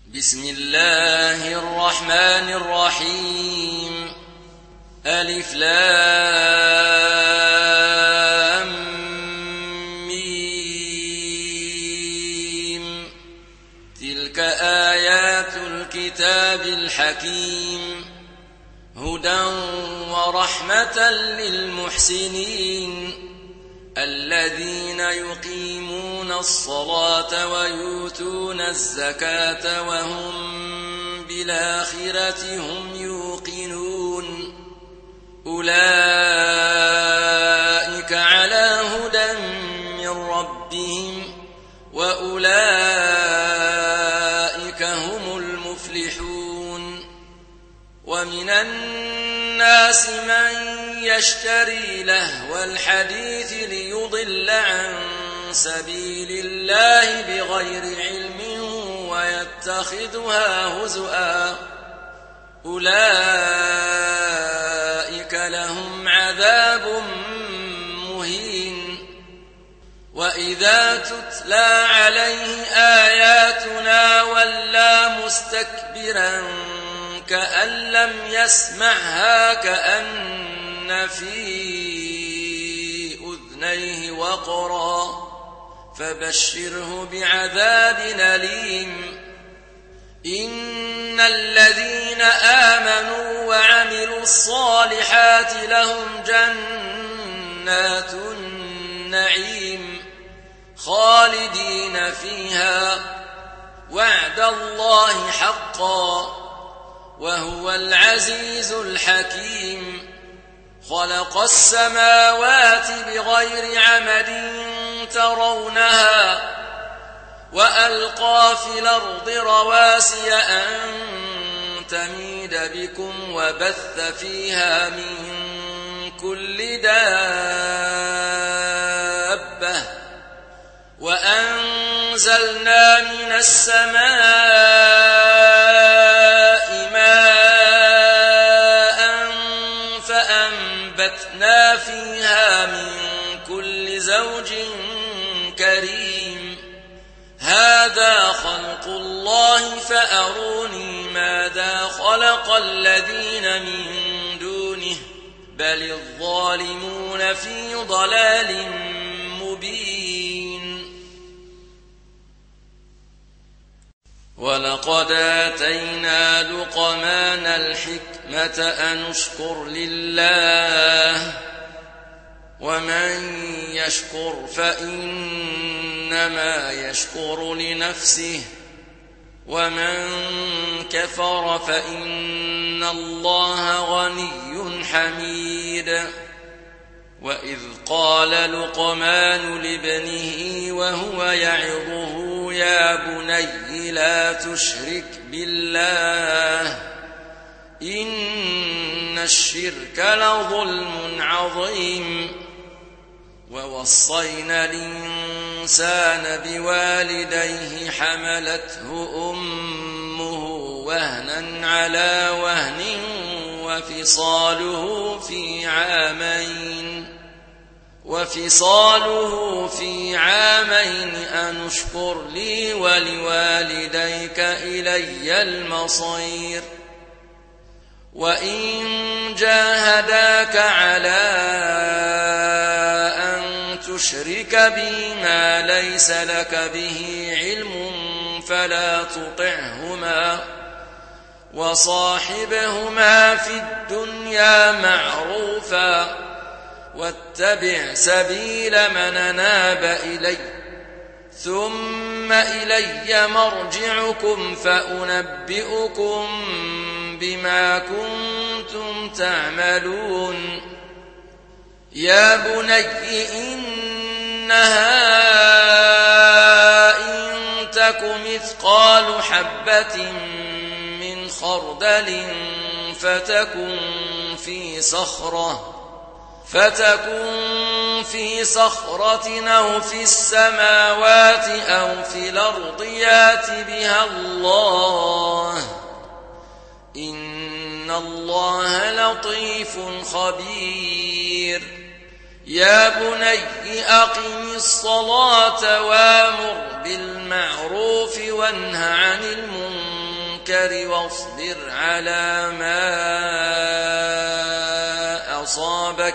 بسم الله الرحمن الرحيم. ألف لام ميم. تلك آيات الكتاب الحكيم، هدى ورحمة للمحسنين الذين يقيمون الصلاة ويؤتون الزكاة وهم بالآخرة هم يوقنون. أولئك على هدى من ربهم وأولئك هم المفلحون. ومن الناس من يشتري لهو الحديث ليضل عن سبيل الله بغير علم ويتخذها هزؤا، أولئك لهم عذاب مهين. وإذا تتلى عليه آياتنا ولى مستكبرا كأن لم يسمعها كأن في أذنيه وقرا، فبشره بعذاب أليم. إن الذين آمنوا وعملوا الصالحات لهم جنات النعيم خالدين فيها، وعد الله حقا، وهو العزيز الحكيم. خلق السماوات بغير عمد ترونها، وألقى في الأرض رواسي أن تميد بكم وبث فيها من كل دابة، وأنزلنا من السماء ماء فأنبتنا فيها من كل زوج كريم. هذا خلق الله فأروني ماذا خلق الذين من دونه، بل الظالمون في ضلال مبين. ولقد آتينا لقمان الحكمة أن اشكر لله، ومن يشكر فإنما يشكر لنفسه، ومن كفر فإن الله غني حميد. وإذ قال لقمان لابنه وهو يعظه يا بني لا تشرك بالله إن الشرك لظلم عظيم. ووصينا الإنسان بوالديه حملته أمه وهنا على وهن وفصاله في عامين أن اشكر لي ولوالديك إلي المصير. وإن جاهداك على أن تشرك بي ما ليس لك به علم فلا تطعهما، وصاحبهما في الدنيا معروفا، واتبع سبيل من أناب إلي، ثم إلي مرجعكم فأنبئكم بما كنتم تعملون. يا بني إنها إن تك مثقال حبة من خردل فتكن في صخرة أو في السماوات أو في الأرض يات بها الله، إن الله لطيف خبير. يا بني أقم الصلاة وامر بالمعروف وانه عن المنكر المنكر واصبر على ما أصابك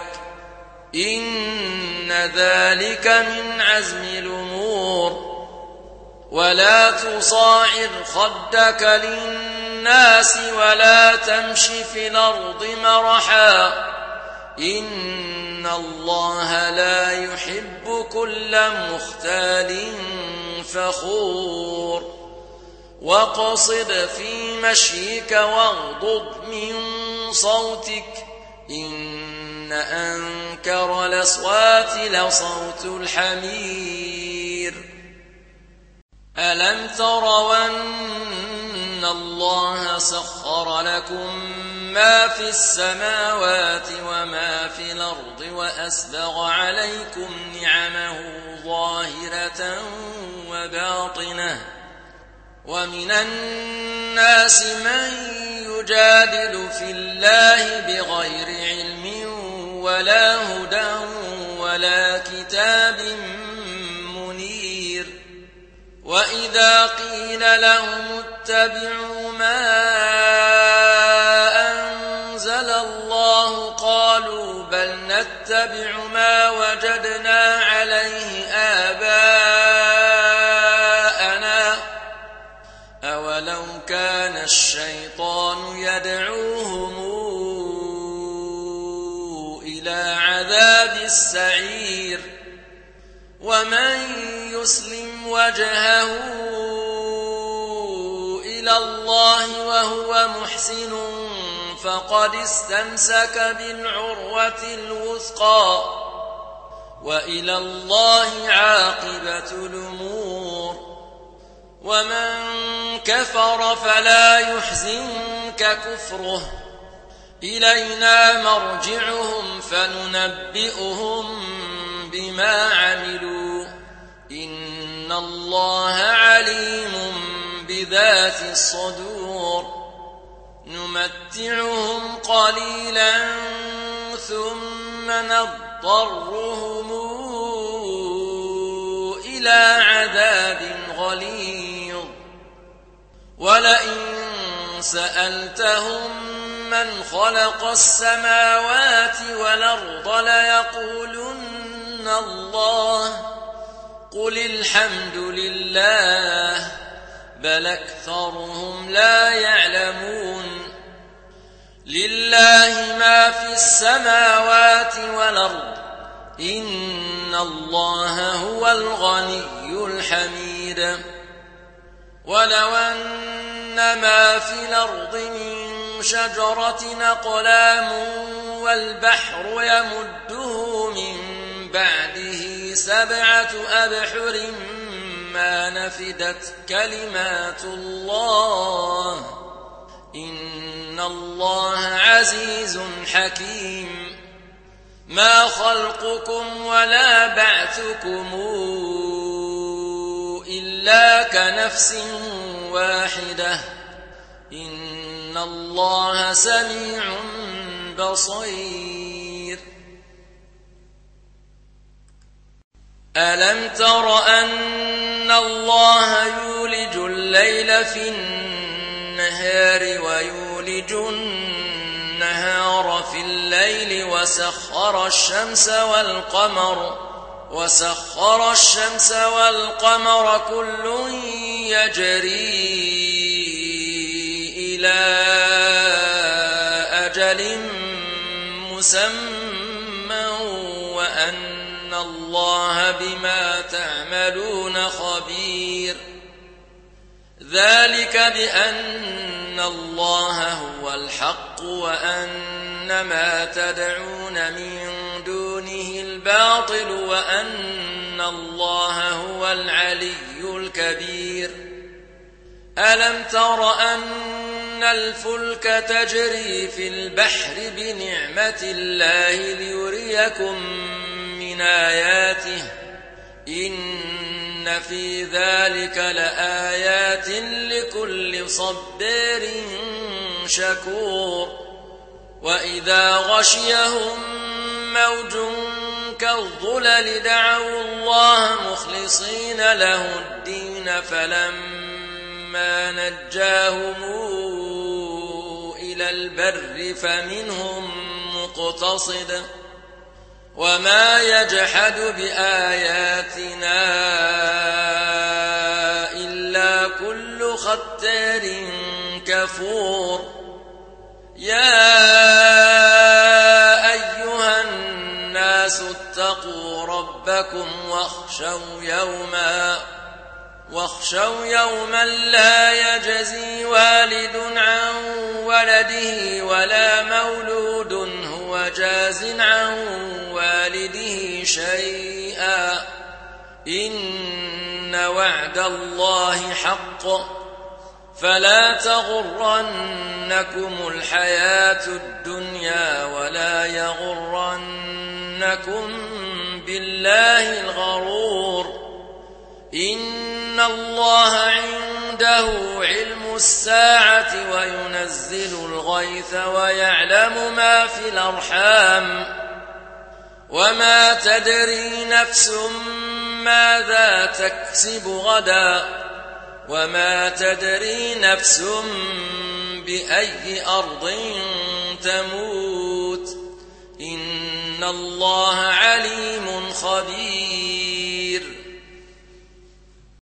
إن ذلك من عزم الأمور ولا تصاعر خدك للناس ولا تمش في الأرض مرحا إن الله لا يحب كل مختال فخور واقصد في مشيك واغضض من صوتك إن أنكر الأصوات لصوت الحمير ألم تروا أن الله سخر لكم ما في السماوات وما في الأرض وأسبغ عليكم نعمه ظاهرة وباطنة ومن الناس من يجادل في الله بغير علم ولا هدى ولا كتاب منير وإذا قيل لهم اتبعوا ما أنزل الله قالوا بل نتبع ما وجدنا عليه آباءنا أولو كان الشيطان يدعوهم إلى عذاب السعير ومن يسلم وجهه إلى الله وهو محسن فقد استمسك بالعروة الوثقى وإلى الله عاقبة الأمور ومن كفر فلا يحزنك كفره إلينا مرجعهم فننبئهم بما عملوا إن الله عليم بذات الصدور نمتعهم قليلا ثم نضطرهم إلى عذاب غليظ ولئن سألتهم من خلق السماوات والأرض ليقولن الله قل الحمد لله بل أكثرهم لا يعلمون لله ما في السماوات والأرض إن الله هو الغني الحميد ولو أن ما في الأرض من شجرة أقلام والبحر يمده من بعده 7 أبحر ما نفدت كلمات الله إن الله عزيز حكيم ما خلقكم ولا بعثكم إلا كنفس واحدة إن الله سميع بصير ألم تر أن الله يولج الليل في النهار ويولج النهار في الليل وسخر الشمس والقمر كل يجري إلى أجل مسمى وأن الله بما تعملون خبير ذلك بأن الله هو الحق وأن ما تدعون من دونه الباطل وأن الله هو العلي الكبير ألم تر أن الفلك تجري في البحر بنعمة الله ليريكم من آياته إن في ذلك لآيات لكل صبار شكور وإذا غشيهم موج كالظلل دعوا الله مخلصين له الدين فلما فلما نجاهم إلى البر فمنهم مقتصد وما يجحد بآياتنا إلا كل ختار كفور يا أيها الناس اتقوا ربكم واخشوا يوما لا يجزي والد عن ولده ولا مولود هو جاز عن والده شيئا إن وعد الله حق فلا تغرنكم الحياة الدنيا ولا يغرنكم بالله الغرور إن الله عنده علم الساعة وينزل الغيث ويعلم ما في الأرحام وما تدري نفس ماذا تكسب غدا وما تدري نفس بأي أرض تموت إن الله عليم خبير